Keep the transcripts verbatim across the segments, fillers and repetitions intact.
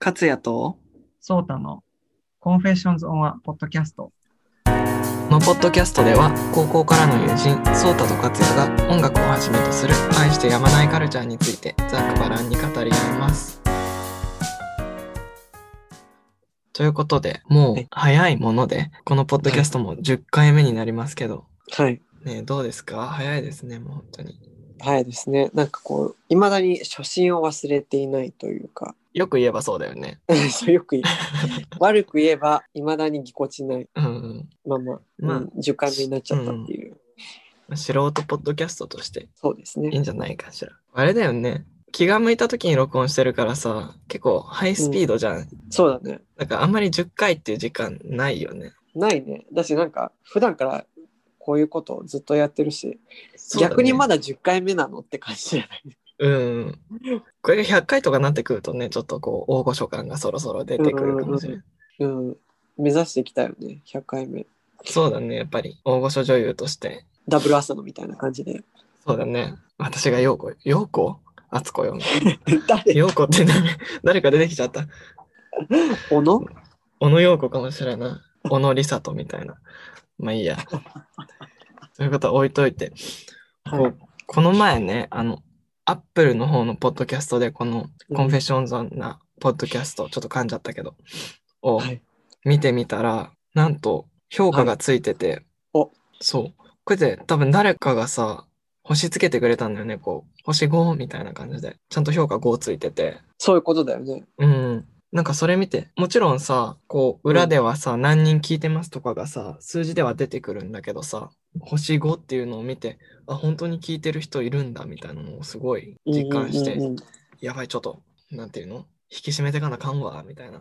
勝也とソータのコンフェッションズ・オン・ア・ポッドキャスト。 このポッドキャストでは高校からの友人ソータと勝也が音楽をはじめとする愛してやまないカルチャーについてざっくばらんに語り合います。ということで、もう早いものでこのポッドキャストもじゅっかいめになりますけど、 はいね、どうですか？早いですね、もう本当に。 早いですね。なんかこういまだに初心を忘れていないというかよく言えばそうだよね。 そうよく言う悪く言えばいまだにぎこちないうんうん、 まま、 まあうん、じゅっかいめになっちゃったっていう、 うん、素人ポッドキャストとしてそうですね。 いいんじゃないかしら。あれだよね、気が向いた時に録音してるからさ、結構ハイスピードじゃん、うん、 そうだね。 なんかあんまりじゅっかいっていう時間ないよね。 ないね。だしなんか普段からこういうことをずっとやってるし、ね、逆にまだじゅっかいめなのって感じじゃない。 うん。これがひゃっかいとかなってくるとね、ちょっとこう大御所感がそろそろ出てくるかもしれない。 うん、うんうん、目指していきたいよね、ひゃっかいめ。 そうだね、やっぱり大御所女優としてダブル浅野みたいな感じで。 そうだね。私が陽子陽子敦子よ誰陽子って誰誰か出てきちゃった。 小野小野陽子かもしれない。小野梨沙とみたいな。まあいいや。ということは置いといて、はい、こ, この前ね、あの、アップルの方のポッドキャストで、このコンフェッションズなポッドキャスト、ちょっと噛んじゃったけど、を見てみたら、はい、なんと評価がついてて、はい、 おそう。これで多分誰かがさ、星つけてくれたんだよね、こう。星ごみたいな感じで。ちゃんと評価ごついてて。 そういうことだよね。 うん。なんかそれ見て、もちろんさ、こう、裏ではさ、うん、何人聞いてますとかがさ、数字では出てくるんだけどさ、星ごっていうのを見て、あ、本当に聞いてる人いるんだみたいなのをすごい実感して、うんうんうんうん、やばい、ちょっと、なんていうの？引き締めてかなかんわ、みたいな。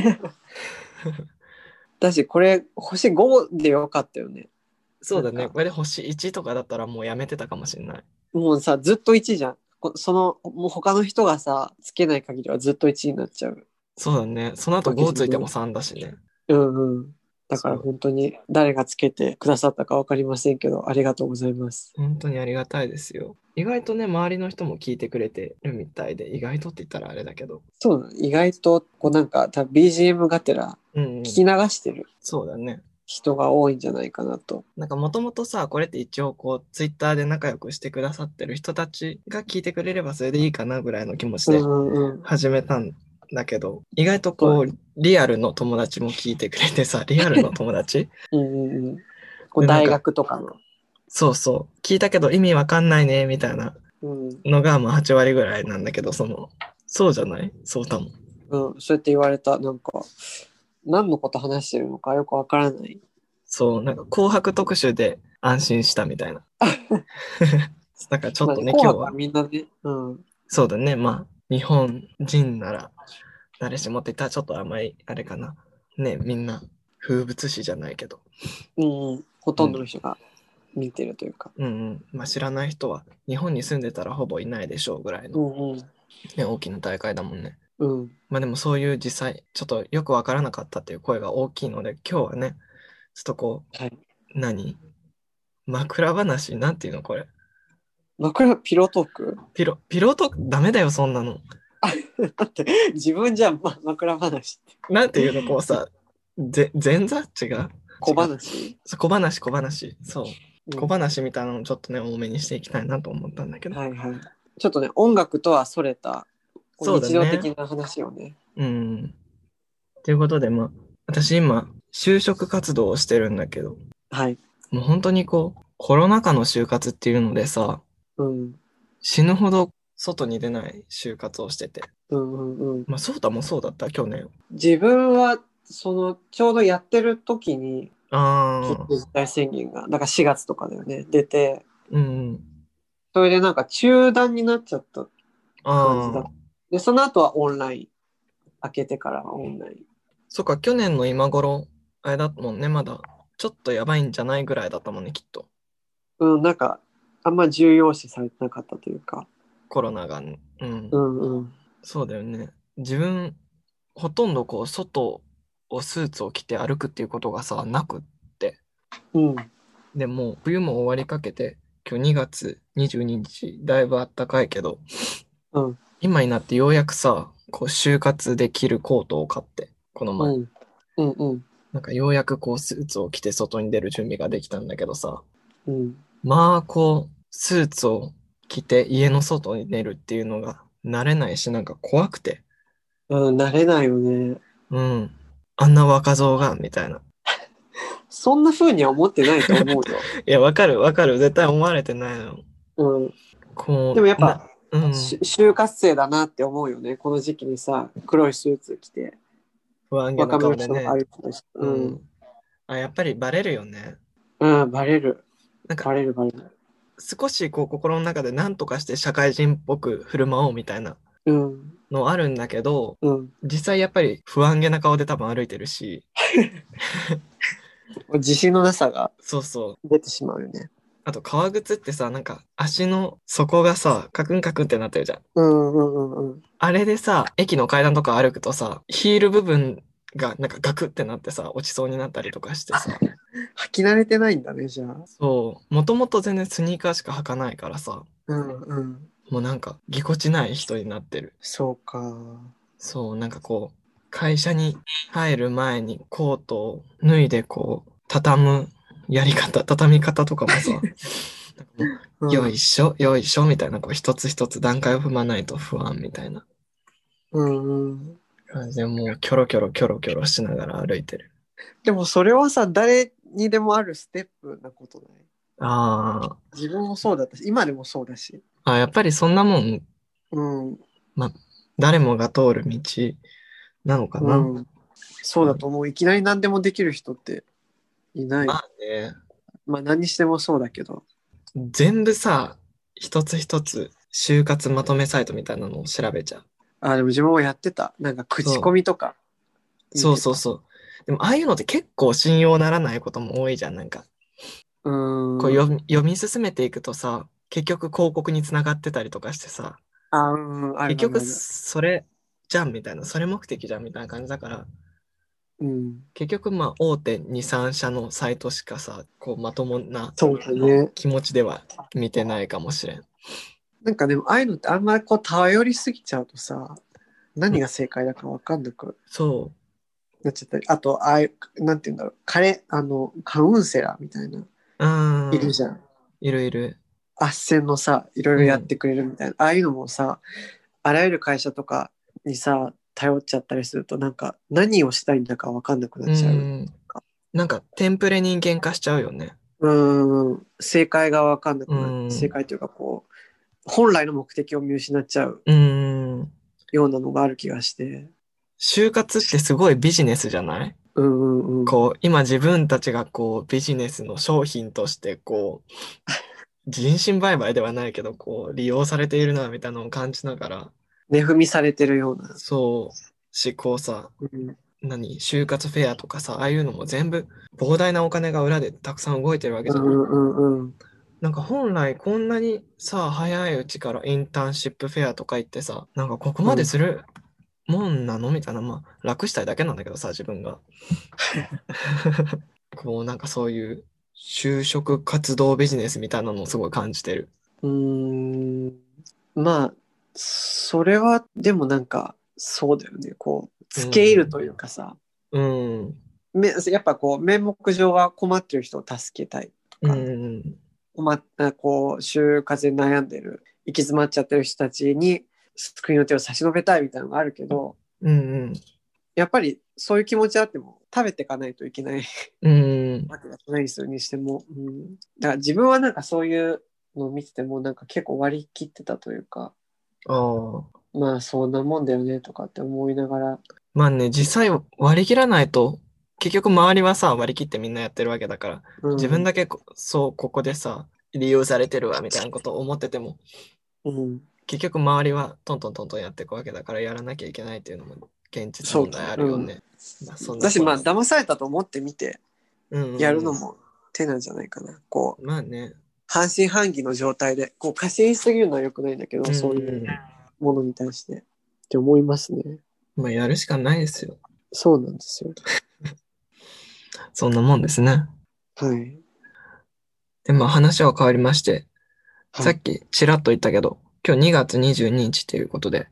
だし、これ、星ごでよかったよね。 そうだね。これで星いちとかだったらもうやめてたかもしれない。 もうさ、ずっといちじゃん。その、もう他の人がさ、つけない限りはずっといちになっちゃう。 そうだね。その後ごついてもさんだしね。 うんうん。だから本当に誰がつけてくださったか分かりませんけど、ありがとうございます。 本当にありがたいですよ。意外とね、周りの人も聞いてくれてるみたいで、意外とって言ったらあれだけど。 そう、意外と、こうなんか、多分 ビージーエム がてら、聞き流してる、うんうん。 そうだね。 人が多いんじゃないかなと。 なんかもともとさ、これって一応こう、ツイッターで仲良くしてくださってる人たちが聞いてくれればそれでいいかなぐらいの気持ちで始めたんだけど、うんうんうん、意外とこう、リアルの友達も聞いてくれてさ、リアルの友達うんうんうん。こう大学とかの。 そうそう。聞いたけど意味わかんないね、みたいなのがまあはち割ぐらいなんだけど、その、そうじゃない？そうだもん。 うん、そうやって言われた。なんか、何のこと話してるのかよくわからない。 そう、なんか紅白特集で安心したみたいな。だからちょっとね、 まあ、 今日は。 みんなね、うん。 そうだね、まあ、日本人なら誰しもって言ったらちょっと甘い、あれかな。ね、みんな風物詩じゃないけど。 うん、うん、ほとんどの人が見てるというか。 うん、うん、まあ知らない人は日本に住んでたらほぼいないでしょうぐらいの、うんうん、ね、大きな大会だもんね。 うん。 まあでもそういう実際、ちょっとよくわからなかったっていう声が大きいので、今日はね、ちょっとこう、はい、何枕話なんていうのこれ。 枕、ピロートークピロ、ピロートークダメだよ、そんなの。 だって、自分じゃ、ま、枕話って。 なんていうのこうさ、ぜ前座違う小話小話、小話。そう。うん、小話みたいなのをちょっとね、多めにしていきたいなと思ったんだけど。 はいはい。ちょっとね、音楽とはそれた、日常的な話をね。 うん。ということで、まあ、私今、就職活動をしてるんだけど、 はい。 もう本当にこう、コロナ禍の就活っていうのでさ、 うん、 死ぬほど外に出ない就活をしてて。 うんうんうん。 まあ、そうだもそうだった、去年。 自分は、その、ちょうどやってる時に、 あ緊急事態宣言が、だからしがつとかだよね、出て、 うん。 それでなんか中断になっちゃった感じだ。で、その後はオンライン。開けてからはオンライン。 そっか、去年の今頃、あれだもんね、まだ、ちょっとやばいんじゃないぐらいだったもんね、きっと。 うん、なんか、あんま重要視されてなかったというか。 コロナが、ね、うん。 うんうん。 そうだよね。自分、ほとんどこう、外をスーツを着て歩くっていうことがさ、なくって。 うん。 でも、冬も終わりかけて、今日にがつにじゅうににち、だいぶ暖かいけど、 うん、 今になってようやくさ、 こう就活で着るコートを買って、この前。 うん。うんうん。 なんかようやくこうスーツを着て外に出る準備ができたんだけどさ、 うん。 まあこう、スーツを着て家の外に出るっていうのが慣れないし、なんか怖くて。 うん、慣れないよね。 うん。あんな若造が、みたいな。 そんな風には思ってないと思うよ。 いや、わかるわかる。絶対思われてないの。 うん。 こう、な、 でもやっぱ、 うん。 し就活生だなって思うよね。この時期にさ、黒いスーツ着て、 不安げな若めの顔でね。 人が歩いてたし。 ううん。 ん。あ、やっぱりバレるよね。 うん、バレる。 なんか、 バレるバレる。 少しこう心の中で何とかして社会人っぽく振る舞おうみたいなうん。 のあるんだけど、 うん。 実際やっぱり不安げな顔で多分歩いてるし、 自信のなさがそうそう。 出てしまうよね。 あと革靴ってさ、なんか足の底がさ、カクンカクンってなってるじゃん。 うんうんうんうん。 あれでさ、駅の階段とか歩くとさ、ヒール部分がなんかガクってなってさ、落ちそうになったりとかしてさ、 履き慣れてないんだね、じゃあ。 そう、もともと全然スニーカーしか履かないからさ、 うんうん。 もうなんかぎこちない人になってる。 そうか。 そう、なんかこう、会社に入る前にコートを脱いでこう、畳むやり方、畳み方とかもさ、なんかもう、 うん。 よいしょ、よいしょみたいな、こう一つ一つ段階を踏まないと不安みたいなうんうん。 感じで、もうキョロキョロキョロキョロしながら歩いてる。 でもそれはさ、誰にでもあるステップなことない？ あ自分もそうだったし、今でもそうだし。 あ、あ、やっぱりそんなもん、 うん。 ま、誰もが通る道なのかな。 うん。そうだと思う。いきなり何でもできる人っていない。 まあね、 まあ何にしてもそうだけど。 全部さ、一つ一つ、就活まとめサイトみたいなのを調べちゃう。 あ、でも自分もやってた。なんか口コそう。 ミとか見てた。 そうそうそう。でも、ああいうのって結構信用ならないことも多いじゃん。なんか、 うーん。 こう読み、読み進めていくとさ、結局広告につながってたりとかしてさ、 あ、うん、あ結局るあるある。 それじゃんみたいな、それ目的じゃんみたいな感じだから、 うん。 結局まあ大手に、さん社のサイトしかさ、こうまともなそうだね。 気持ちでは見てないかもしれん。 なんかでも、ああいうのってあんまりこう頼りすぎちゃうとさ、 うん何が正解だか分かんなくそなっちゃったり。あと、ああいう、なんて言うんだろう。彼、あの、カウンセラーみたいな、 う。うん、 いるじゃん。 いるいる。 斡旋のさ、いろいろやっうん。 てくれるみたいな。ああいうのもさ、あらゆる会社とかにさ、頼っちゃったりすると、なんか、何をしたいんだか分かんなくなっうちゃう。 ん。なんか、テンプレ人間化しちゃうよね。 うーん、正解が分かんなうくなる。正ん。 解というか、こう、本来の目的を見失っちゃううん。 ようなのがある気がして。 就活ってすごいビジネスじゃない？ うんうんうん。 こう、今自分たちがこう、ビジネスの商品としてこう、人身売買ではないけど、こう、利用されているな、みたいなのを感じながら、 値踏みされてるような。 そう、し、こうさ、 うん、 何、就活フェアとかさ、ああいうのも全部、膨大なお金が裏でたくさん動いてるわけじゃん。 うんうんうん。 なんか本来こんなにさ、早いうちからインターンシップフェアとか行ってさ、なんかここまでするもんなのみたいな、まあ、楽したいだけなんだけどさ、自分が。こう、なんかそういう就職活動ビジネスみたいなのをすごい感じてる。 うーん。まあ、それは、でもなんか、そうだよね。こう、 う付け入るん。 というかさ、 うん。 めやっぱこう、名目上は困ってる人を助けたいとうか、 ん。 困ったこう就活で悩んでる行き詰まっちゃってる人たちに救いの手を差し伸べたいみたいなのがあるけど、 うん。 やっぱりそういう気持ちあっても食べていかないといけないうん。 わけだし、何するにしても、うん、だから自分はなんかそういうのを見ててもなんか結構割り切ってたというか、 ああ。 まあそんなもんだよねとかって思いながら、 まあね、実際割り切らないと、結局周りはさ、割り切ってみんなやってるわけだから、 うん、 自分だけこそう、ここでさ、利用されてるわ、みたいなことを思ってても、 うん、 結局周りはトントントントンやっていくわけだから、やらなきゃいけないっていうのも現実そう、 問題あるうん、 よね。まあ、そんなだしまあこんな。 騙されたと思ってみてうんうんうん。 やるのも手なんじゃないかな。こうまあね。 半信半疑の状態でこう過信しすぎるのは良くないんだけど、 うんそういううん。 ものに対してって思いますね。 まあ、やるしかないですよ。 そうなんですよ。 そんなもんですね。 はい。 で、まあ話は変わりまして、 はい。 さっきちらっと言ったけど、今日にがつにじゅうににちということで、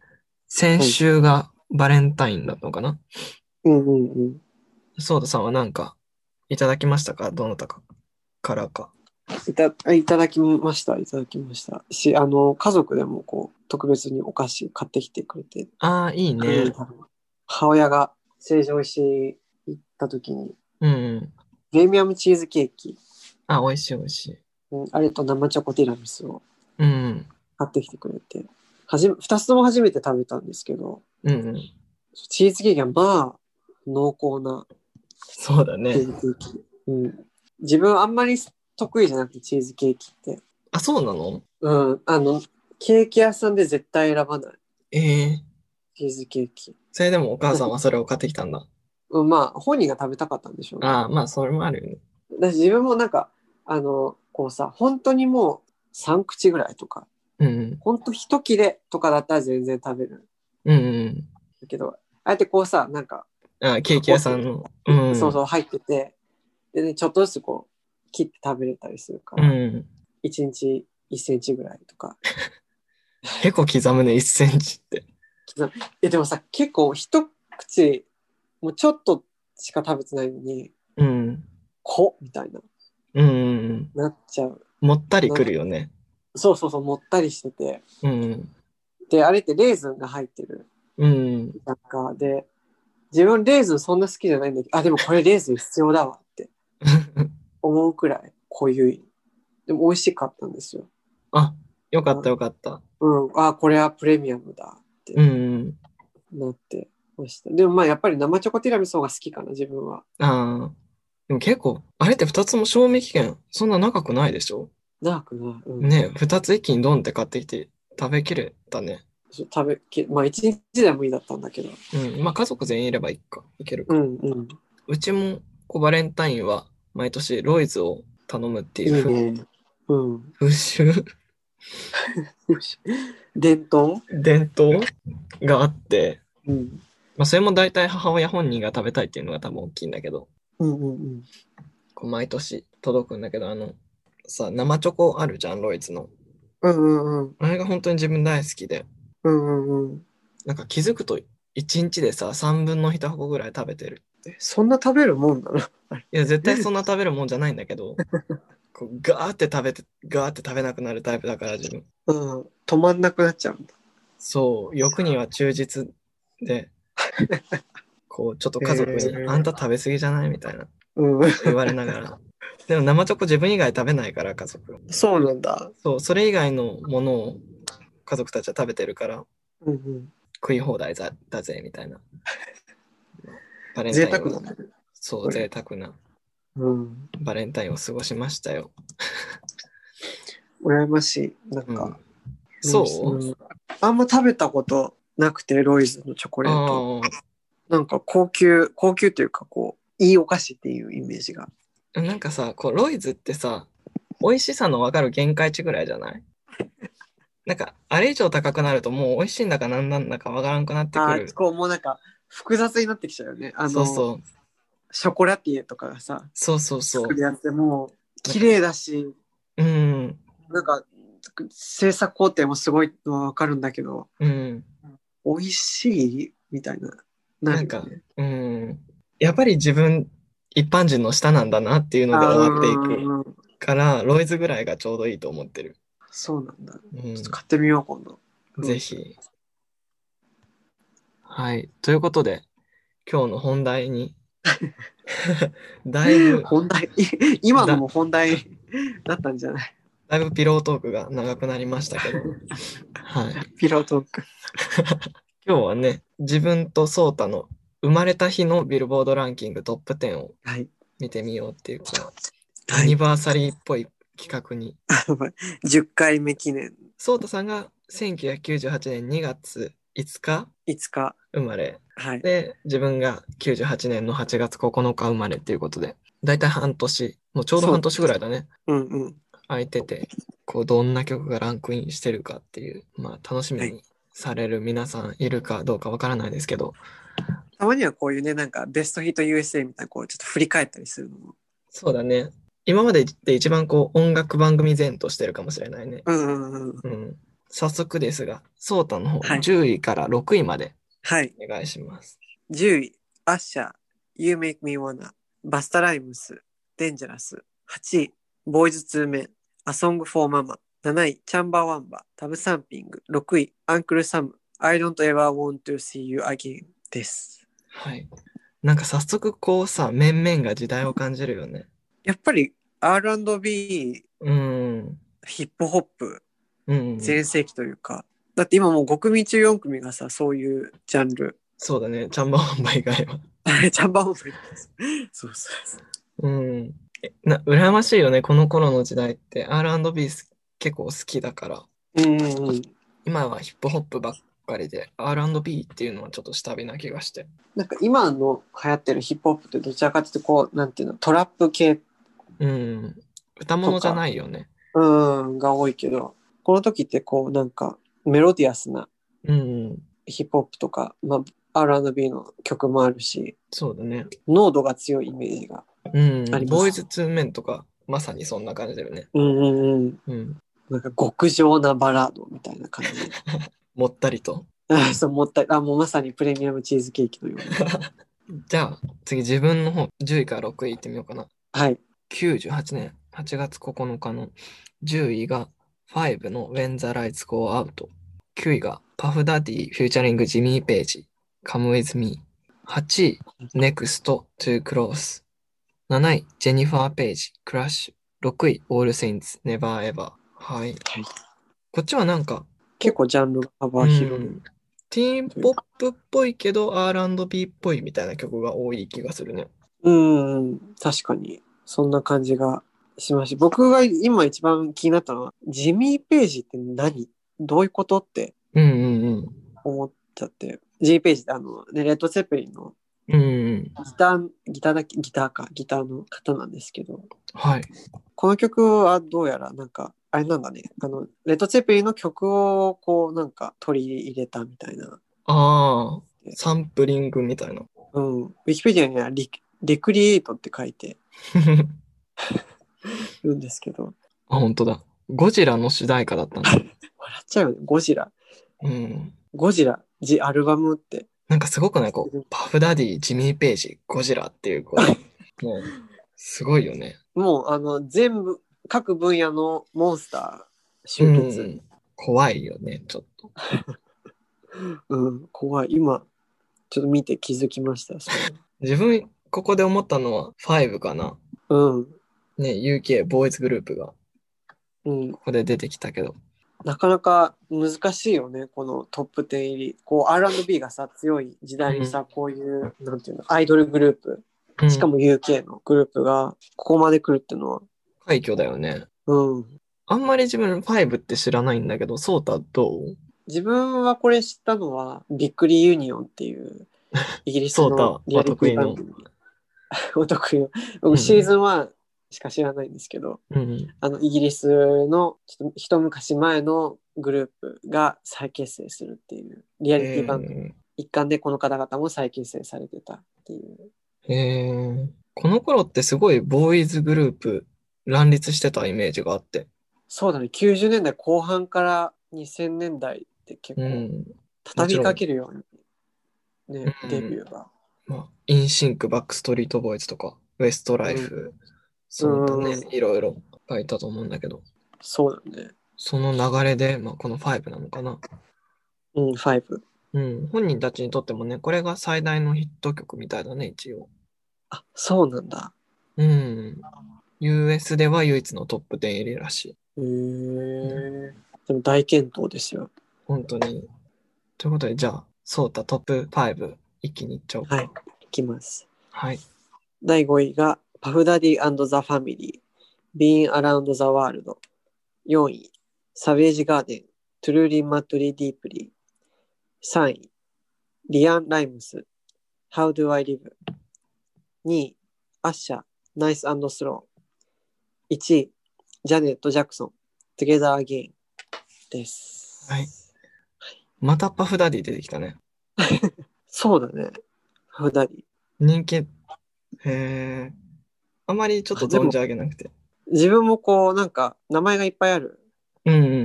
先週がバレンタインだったのかな。 うんうんうん。 ソータさんは何かいただきましたか？どなたかからか。 いた、いただきました。いただきました。し、あの、家族でもこう、特別にお菓子買ってきてくれて。 ああ、いいね。 母親が成城石行った時に、 うん、うん。 プレミアムチーズケーキ。 あ、美味しい美味しい。 うん、あれと生チョコティラミスをうん、 買ってきてくれて。はじめ、二つとも初めて食べたんですけど、 うん、うん。 チーズケーキはまあ、濃厚なそうだね。 チーズケーキ。うん。自分あんまり得意じゃなくて、チーズケーキって。 あ、そうなの？ うん。あの、ケーキ屋さんで絶対選ばない。 ええー、 チーズケーキ。 それでもお母さんはそれを買ってきたんだ。 うん、まあ、本人が食べたかったんでしょうね。 ああ、まあ、それもあるよね。 だし自分もなんか、あの、こうさ、本当にもうさん口ぐらいとか、 うん、 本当一切れとかだったら全然食べる。 うん、うん。 だけど、あえてこうさ、なんか、 あ、ケーキ屋さんの。うん、 そうそう入ってて、でね、ちょっとずつこう、切って食べれたりするかうら、 ん。 いちにちいっセンチぐらいとか。 結構刻むね、いっセンチって。 え、でもさ、結構一口、もうちょっとしか食べてないのに、 うん。 こみたいな、 うん。 なっちゃう。 もったりくるよね。 そうそうそう、もったりしてて。 うん。 で、あれってレーズンが入ってる。 うん。 なんか、で、自分レーズンそんな好きじゃないんだけど、あ、でもこれレーズン必要だわって思うくらい濃ゆい。でも美味しかったんですよ。 あ、よかったよかった。 うん、あ、これはプレミアムだってうん。 なってました。でもまあやっぱり生チョコティラミスの方が好きかな、自分は。 ああ。でも結構、あれって二つも賞味期限、そんな長くないでしょ？ 長くない。うん。 ねえ、二つ一気にドンって買ってきて食べきれたね。 そう食べき、まあ一日でもいいだったんだけど。 うん。まあ家族全員いればいいか。いけるうか。 んうん。 うちも、こう、バレンタインは毎年ロイズを頼むっていういいふね。うん。 風習、 伝統。 伝統があって、 うん。 まあそれも大体母親本人が食べたいっていうのが多分大きいんだけど、 うんうんうん。 こう毎年届くんだけど、あの、さ、生チョコあるじゃん、ロイズの。 うんうんうん。 あれが本当に自分大好きで、 うんうんうん。 なんか気づくといちにちでさ、さんぶんのいち箱ぐらい食べてる。 え、そんな食べるもんなの？ いや、絶対そんな食べるもんじゃないんだけど、こうガーって食べて、ガーって食べなくなるタイプだから自分。 うん。止まんなくなっちゃうんだ。 そう、欲には忠実で、こう、ちょっと家族に、 へーあんた食べ過ぎじゃないみたいなうん。 言われながら。でも生チョコ自分以外食べないから、家族。 そうなんだ。 そう、それ以外のものを家族たちは食べてるから、 うんうん。 食い放題だだぜ、みたいな。バレン贅タインを、 沢だね。 そう、 これ贅沢なうん。 バレンタインを過ごしましたよ。 羨ましい。なんうん、 か、 そううんあんま食べたことなくて、ロイズのチョコレート。 あなんか高級、高級というか、こう、いいお菓子っていうイメージが。 あ、なんかさ、こう、ロイズってさ、美味しさの分かる限界値ぐらいじゃない？なんか、あれ以上高くなるともう美味しいんだかなんなんだかわからんくなってくある。 こう、もうなんか、複雑になってきちゃうよね。あの、 そうそう。 ショコラティエとかがさ、 そうそうそ作るやつでも、綺麗だし、 う。うん。 なんか、制作工程もすごいのはわかるんだけど、 うん。 美味しいみたいな、ななんか、 るよね。 うん。やっぱり自分、一般人の下なんだなっていうのであ終わっていくーから、ロイズぐらいがちょうどいいと思ってる。 そうなんだ。 うちょっとん。 買ってみよう、今度。 ぜひ。はい。ということで、今日の本題にだいぶ、 本題、今のだ、 も本題だったんじゃない？ だいぶピロートークが長くなりましたけど、はい。 ピロートーク。 今日はね、自分とソータの生まれた日のビルボードランキングトップじゅうをはい。 見てみようっていう、こう、 はいアニバーサリーっぽい企画に。 じゅっかいめ記念。 ソータさんがせんきゅうひゃくきゅうじゅうはちねんにがついつかいつか。 生まれ。 はい。 で、自分がきゅうじゅうはちねんのはちがつここのか生まれっていうことで、だいたい半年、もうちょうど半年ぐらいだね。 うんうん。 空いてて、こう、どんな曲がランクインしてるかっていう、まあ、楽しみにされる皆さんいるかどうかわからないですけど、 たまにはこういうね、なんかベストヒット ユーエスエー みたいな、こうちょっと振り返ったりするのも。 そうだね。今までで一番こう音楽番組前としてるかもしれないね。 うんうんうん。 うん。 早速ですが、ソータの方、 はいじゅういからろくいまではい。 お願いします。 じゅうい、アッシャー、You Make Me Wanna、バスタライムス、デンジャラス。はちい、ボーイズツーメン、A Song for Mama。なない、チャンバーワンバ、タブサンピング。ろくい、アンクルサム、I don't ever want to see you again です。 はい。なんか早速こうさ、面々が時代を感じるよね。 やっぱり アールアンドビー、 うん。 ヒップホップ、 うん。 全盛期というか、だって今もうご組中よん組がさ、そういうジャンル。 そうだね。チャンバーワンバ以外は。 チャンバーワンバそうそうそう。 うん。えな、羨ましいよね。この頃の時代って アールアンドビー す結構好きだから。 うんうんうん。 今はヒップホップばっかりで アールアンドビー っていうのはちょっと下火な気がして。 なんか今の流行ってるヒップホップってどちらかというとこう、なんていうの、トラップ系うん。歌物じゃないよね。 うんが多いけど、この時ってこうなんかメロディアスなうん。 ヒップホップとか、まあ、アールアンドビー の曲もあるし、 そうだね。 濃度が強いイメージがうん。 あります。 ボーイズツーメンとか、まさにそんな感じだよね。 うんうんうん。 うん。 なんか極上なバラードみたいな感じで。 もったりと。 あそう思った。あ、もうまさにプレミアムチーズケーキのような。 じゃあ、次自分の方、じゅういからろくい行ってみようかな。 はい。 きゅうじゅうはちねんはちがつここのかのじゅういがファイブの When the Lights Go Out。きゅういがパフダディフューチャリングジミー・ページ Come With Me。はちい Next Too Close。なないジェニファー・ページ Crush。ろくい All Saints Never Ever。はい。 はい。 こっちはなんか、 結構ジャンルが幅う広い。 ん、ティーンポップっぽいけど アールアンドビー っぽいみたいな曲が多い気がするね。 うんうん、確かに。そんな感じがしますし、僕が今一番気になったのは、ジミー・ページって何どういうことってうんうん思っちゃって。ジミー・ページってあの、ね、レッド・ツェッペリンのうん。うんうん。 ギター、ギターだけ、ギターか、ギターの方なんですけど、 はい。 この曲はどうやらなんか、あれなんだね、あの、レッド・ツェッペリンの曲をこうなんか取り入れたみたいな。 ああ、サンプリングみたいな。 うん。ウィキペディアにはリ、レクリエイトって書いてるんですけど、 あ、本当だ。ゴジラの主題歌だったんだ。 笑っちゃうよね。ゴジラ。 うん。 ゴジラ、ジアルバムって。 なんかすごくないこう、パフダディ、ジミー・ページ、ゴジラっていう、こう、もう、すごいよね。 もう、あの、全部、各分野のモンスターう集結。 ん。怖いよね、ちょっと。 うん、怖い。今、ちょっと見て気づきました。それ自分、ここで思ったのは、ファイブかな。 うん。 ね、ユーケー、ボーイズグループが、 うん。 ここで出てきたけど。 なかなか難しいよね。このトップじゅう入り。こう、アールアンドビー がさ、強い時代にさ、こういう、なんていうの、アイドルグループ。 うん、 しかも ユーケー のグループが、ここまで来るっていうのは。 快挙だよね。 うん。 あんまり自分、ファイブって知らないんだけど、ソータどう自分はこれ知ったのは、ビッグリユニオンっていう、イギリスソータのリアリティ番組。お得意の。僕シーズンワンしか知らないんですけど、 うん、 あの、イギリスのちょっと一昔前のグループが再結成するっていうリアリティ番組。 え一環でこの方々も再結成されてたっていう。 ー、えー、この頃ってすごいボーイズグループ乱立してたイメージがあって。 そうだね。きゅうじゅうねんだいこう半からにせんねんだいって結構うん、 畳みかけるようにね、 うんデビューが。 まあ、インシンク、バックストリートボーイズとか、ウエストライフ、その他ね、 うんいろいろ書いたと思うんだけど、 そうだね。 その流れで、まあ、このファイブなのかな。 うん、ご。 うん、本人たちにとってもね、これが最大のヒット曲みたいだね、一応。 あ、そうなんだ。 うん。ユーエス では唯一のトップじゅう入りらしい。 へえ。でも大健闘ですよ。 本当に。ということで、じゃあ、ソータトップファイブ一気にいっちゃおうか。 はい。いきます。 はい。 だいごいが、パフダディザ・ファミリー、Being Around the World。よんい、サベージ・ガーデン、トゥルーリー・マットリー・ディープリー。さんい、リアン・ライムス、How Do I Live。にい、アッシャー、ナイス・アンド・スロー。いちい、ジャネット・ジャクソン、Together Again です。 はい。またパフダディ出てきたね。 そうだね。パフダディ。 人気、へえ。あまりちょっと存じ上げなくて。 自分もこう、なんか、名前がいっぱいあるうんうん。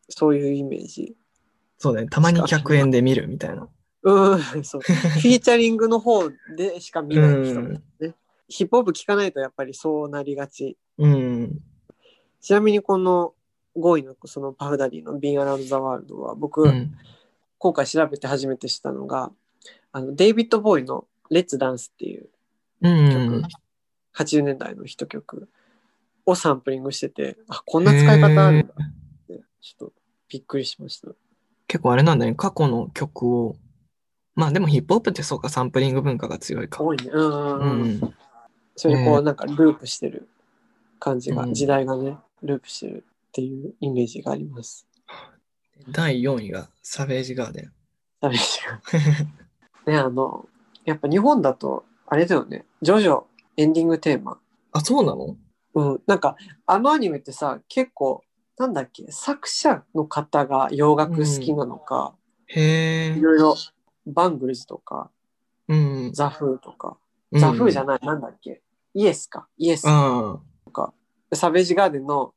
そういうイメージ。 そうだね。たまにひゃくえんで見るみたいな。 うん、そう。フィーチャリングの方でしか見ない人もね。ヒップホップ聞かないとやっぱりそうなりがち。 うん。 ちなみにこのごいのそのパフダディの Being Around the World は僕、 うん。 今回調べて初めて知ったのが、あのデイビッド・ボーイの Let's Dance っていううん。 曲、はちじゅうねんだいのヒット曲をサンプリングしてて、あ、こんへな使い方あるんだーって、ちょっとびっくりしました。 結構あれなんだね。過去の曲を。まあでもヒップホップってそうか、サンプリング文化が強いか。 多いね。うんうんううん。 ん。 それでこえーうなんかループしてる感じが、 うん時代がね、ループしてるっていうイメージがあります。 だいよんいがサベージガーデン。 ダメですよ。ね、あの、やっぱ日本だと、あれだよね、ジョジョエンディングテーマ。 あ、そうなの？ うん、なんか、あのアニメってさ、結構、なんだっけ、作者の方が洋楽好きなのか、 へえ。 いろいろ、バングルズとか、 うん。 ザ・フーとか、 うんザ・フーじゃない、なんだっけ、イエスか、イエスああ。 とか、サベージガーデンの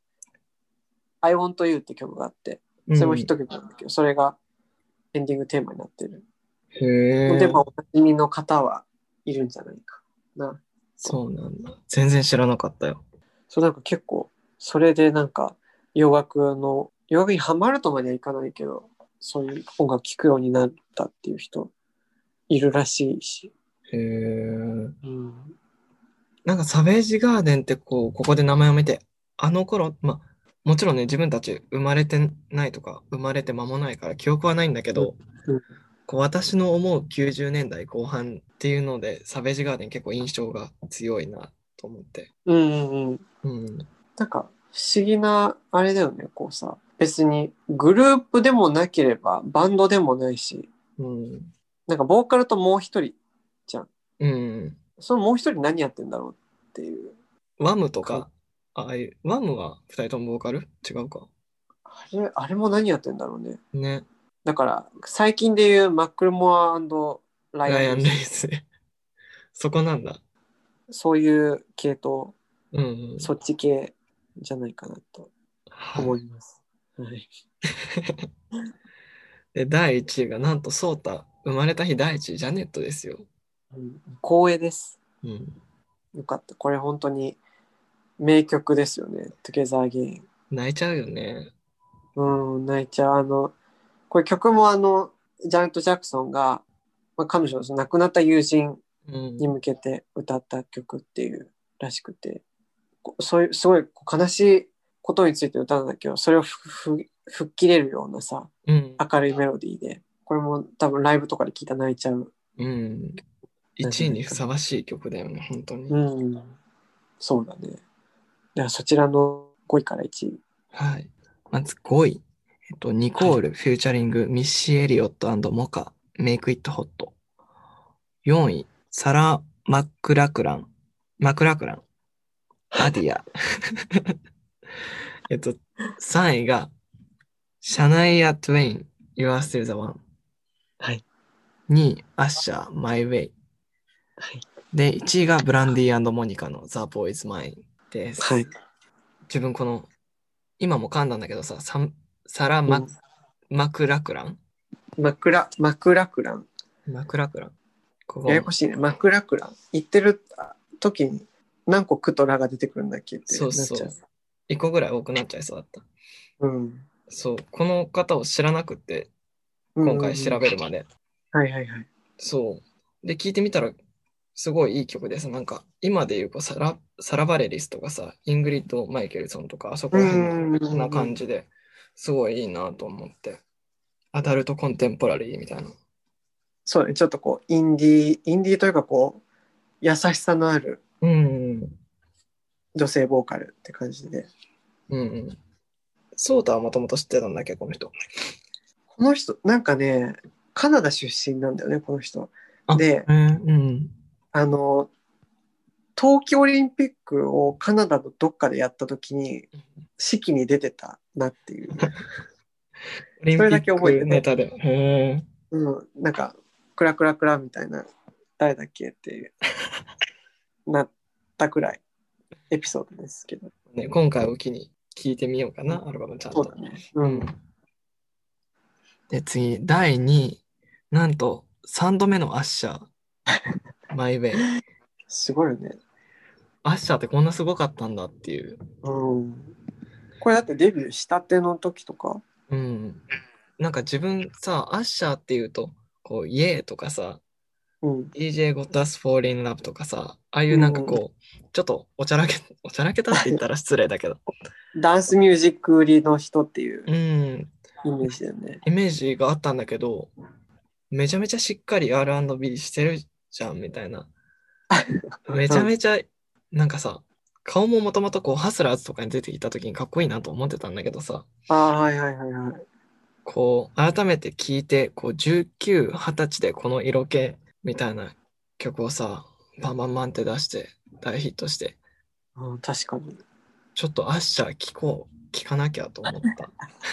I Want You って曲があって、それもヒット曲なんだけど、それがエンディングテーマになってる。 へえ。 でも、おなじみの方はいるんじゃないかな。 そうなんだ。全然知らなかったよ。 そうなんか結構、それでなんか、洋楽の、洋楽にハマるとまではいかないけど、そういう音楽聴くようになったっていう人、いるらしいし。 へえ。 うん。 なんかサベージガーデンってこう、ここで名前を見て、あの頃、まあ、もちろんね、自分たち生まれてないとか、生まれて間もないから記憶はないんだけど、 うんこう私の思うきゅうじゅうねんだいこう半っていうので、サベージガーデン結構印象が強いなと思って。 うんうんうん。 うん。 なんか、不思議な、あれだよね、こうさ、別にグループでもなければ、バンドでもないし、 うん。 なんかボーカルともう一人じゃん。 うん。 そのもう一人何やってんだろうっていう。 ワムとか、ああいう、ワムは二人ともボーカル違うか。 あれ、あれも何やってんだろうね。 ね。 だから、最近で言うマックルモアライアン・ライアン・レイルイス。 ス。そこなんだ。 そういう系統、 うんうん。 そっち系じゃないかなとはい。 思います。はい。 で、だいいちいがなんとソータ、生まれた日だいいちい、ジャネットですよ。 うん、光栄です。 うん。 よかった。これ本当に名曲ですよね。Together Again。 泣いちゃうよね。 うん、泣いちゃう。あの、これ曲もあの、ジャネット・ジャクソンが、まあ、彼女の亡くなった友人うん。 に向けて歌った曲っていうらしくて、こそういうすごいこう悲しいことについて歌うんだけど、それをふふ吹っ切れるようなさ、 うん。 明るいメロディーで、これも多分ライブとかで聞いたら泣いちゃう。 うん。いちいにふさわしい曲だよね、本当に。 うん、そうだね。ではそちらのごいからいちい。 はい。まずごい。えっと、ニコール、フューチャリング、ミッシー・エリオットモカ、メイク・イット・ホット。よんい、サラ・マックラクラン、マクラクラン、アディア。えっと、さんいが、シャナイア・トゥエイン、You Are Still the One。 はい。 にい、アッシャー、My Way。 はい。 で、いちいがブランディモニカの The Boy is Mine です。 はい。 自分この、今も噛んだんだけどさ、サンサラマ・うんマクラクランマクラ、マクラクラン。 マクラクラン。ここややこしいね。マクラクラン。言ってる時に何個クとラが出てくるんだっけってなっちゃう。 そうそういっこぐらい多くなっちゃいそうだった。 うん。 そう、この方を知らなくて、今回調べるまで。 はいはいはい。 そう。で、聞いてみたら、すごいいい曲です。なんか、今で言うこうサラ、サラバレリスとかさ、イングリッド・マイケルソンとか、あそこら辺な感じで、すごいいいなと思って。アダルトコンテンポラリーみたいな。 そうね。ちょっとこう、インディー、インディーというかこう、優しさのあるうん。 女性ボーカルって感じで。 うんうん。ソータはもともと知ってたんだっけ、この人。 この人、なんかね、カナダ出身なんだよね、この人。 あで、 うんうん。 あの、冬季オリンピックをカナダのどっかでやった時に、式に出てたなっていう。 オリンピそれだけッ覚えててクネタで。へーうん、なんか、クラクラクラみたいな、誰だっけっていう、なったくらい、エピソードですけど。 ね、今回を機に聞いてみようかな、アルバムちゃんと。 そうだね。うん。 うんで、次、だいにい、なんとさんどめのアッシャー、マイウェイ。 すごいよね。 アッシャーってこんなすごかったんだっていう。 うん。これだってデビューしたての時とか。 うん。なんか自分さ、アッシャーっていうと、こう、イエーとかさ、 うん。 ディージェー Got Us Fall in Love とかさ、ああいうなんかうんこう、ちょっとおちゃらけ、おちゃらけたって言ったら失礼だけど、 ダンスミュージック売りの人っていううん、 イメージだよね。 イメージがあったんだけど、めちゃめちゃしっかり アールアンドビー してるじゃん、みたいな。めちゃめちゃ、なんかさ、顔ももともとこう、ハスラーズとかに出てきた時にかっこいいなと思ってたんだけどさ、 ああ、はいはいはいはい。 こう、改めて聞いて、こう、じゅうきゅう、はたちでこの色気みたいな曲をさ、バンバンバンって出して大ヒットして、 うん、確かに。 ちょっとアッシャー聞こう、聞かなきゃと思った。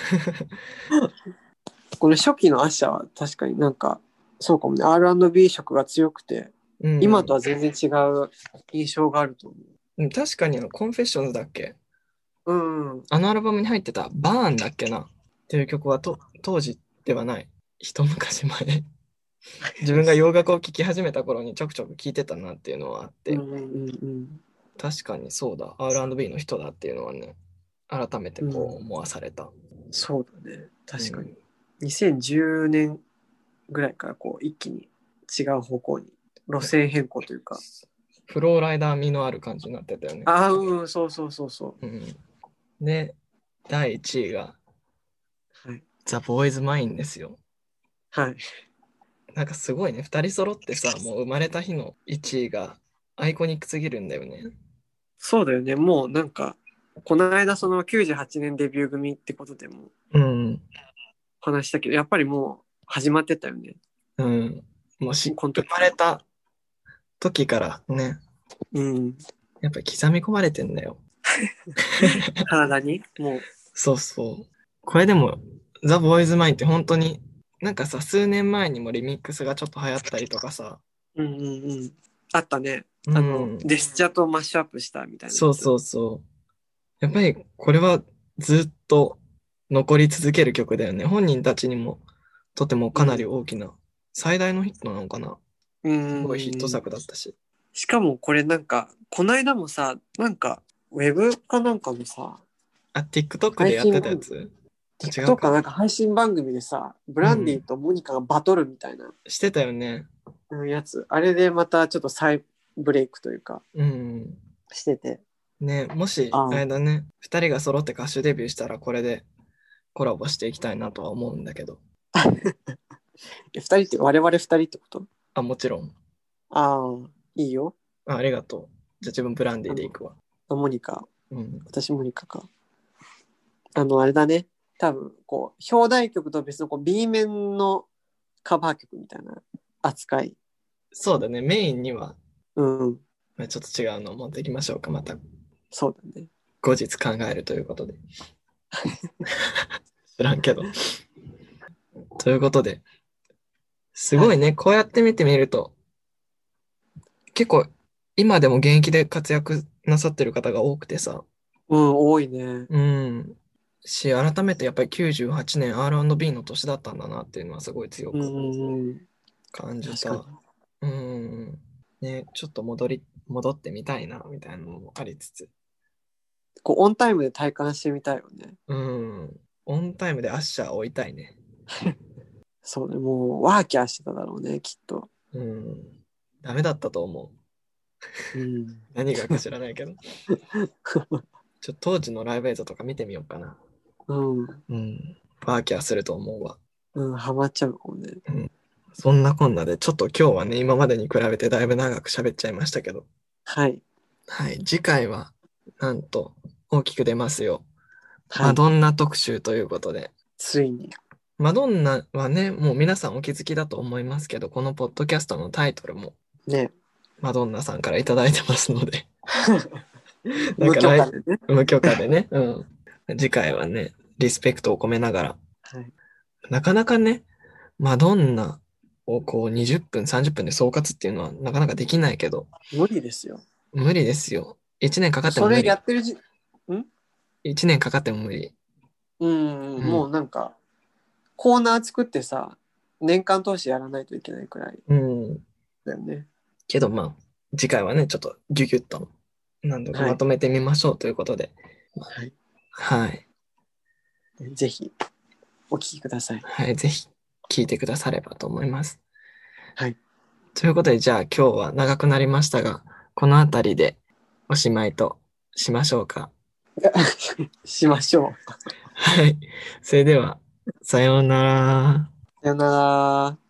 この初期のアッシャーは確かになんか、そうかもね。アールアンドビー 色が強くて、 うん、 今とは全然違う印象があると思うん確かにあの、コンフェッションズだっけう。うん。 あのアルバムに入ってたバーンだっけなっていう曲はと当時ではない。一昔前。自分が洋楽を聴き始めた頃にちょくちょく聴いてたなっていうのはあって、 うんうんうん確かにそうだ、アールアンドビー の人だっていうのはね、改めてこうう思わされた。 うん。そうだね。確かに。 うんにせんじゅうねんぐらいからこう一気に違う方向に路線変更というか。 フローライダー味のある感じになってたよね。 ああ、うん、そうそうそうそうん、で、だいいちいがう。はい。 The Boys Mine ですよ。 はい。 なんかすごいね、ふたり揃ってさ、もう生まれた日のいちいがアイコニックすぎるんだよね。 そうだよね。もうなんか、この間そのきゅうじゅうはちねんデビュー組ってことでもうん。 話したけど、やっぱりもう始まってたよね。 うん。もうし、生この時まれた時からね、 うん。 やっぱり刻み込まれてんだよ。 体にもう。 そうそう。これでも、ザ・ボーイズ・マインって本当に、なんかさ、数年前にもリミックスがちょっと流行ったりとかさ、 うんうんうん。あったね。 うんあの、デスチャとマッシュアップしたみたいなやつ。 そうそうそう。やっぱりこれはずっと残り続ける曲だよね。本人たちにもとてもかなり大きな、最大のヒットなのかな。 うんすごいヒット作だったし。 しかもこれなんか、この間もさ、なんか、ウェブかなんかのさ、 あ、TikTok でやってたやつ違う TikTok かか。 なんか配信番組でさ、ブランディとモニカがバトルみたいなしてたよね。 うんやつ。あれでまたちょっと再ブレイクというか、 うん。 してて。 ね、もし、 ああれだね、二人が揃って歌手デビューしたらこれでコラボしていきたいなとは思うんだけど。 え二人って我々二人ってこと？ あ、もちろん。 ああ、いいよ。 あ、ありがとう。じゃあ自分ブランディで行くわ。 あモニカ。 うん。 私モニカか。あの、あれだね。多分、こう、表題曲と別のこう B 面のカバー曲みたいな扱い。 そうだね、メインには、 うん。 まあちょっと違うのを持っていきましょうか。またそうだね。 後日考えるということで。知らんけど。ということで、すごいね、こうやって見てみると、結構今でも現役で活躍なさってる方が多くてさ、 うん、多いね。 うん。し、改めてやっぱりきゅうじゅうはちねん アールアンドビー の年だったんだなっていうのはすごい強くうんうんうん。 感じた。 確かに。 うん。ね、ちょっと戻り、戻ってみたいな、みたいなのもありつつ。 こう、オンタイムで体感してみたいよね。 うん。オンタイムでアッシャー置いたいね。 そうね、もう、ワーキャーしてただろうね、きっと。 うん。ダメだったと思う。 うん。 何がか知らないけど。ちょ当時のライブ映像とか見てみようかな。 うん。 うん。ワーキャーすると思うわ。 うん、ハマっちゃうかもね。 そんなこんなで、ちょっと今日はね、今までに比べてだいぶ長く喋っちゃいましたけど。 はい。 はい。次回は、なんと、大きく出ますよ。 はい、 マドンナ特集ということで。 ついに。 マドンナはね、もう皆さんお気づきだと思いますけど、このポッドキャストのタイトルもね。 マドンナさんからいただいてますので。 無許可でね。 無許可でね。うん。次回はね、リスペクトを込めながら。 はい。 なかなかね、マドンナをこうにじゅっぷん、さんじゅっぷんで総括っていうのはなかなかできないけど、 無理ですよ。 無理ですよ。いちねんかかってもそれ無理。 やってるじ、んいちねんかかっても無理。 うん、 うんもうなんか、 コーナー作ってさ、年間通してやらないといけないくらいうん。 だよね。 けどまあ、次回はね、ちょっとギュギュッと何度かまとめてみましょうということで。 はい。 はい。 ぜひ、お聞きください。 はい。ぜひ聞いてくださればと思います。 はい。 ということで、じゃあ今日は長くなりましたが、このあたりでおしまいとしましょうか。 しましょう。 はい。それでは、さようなら。 さよなら。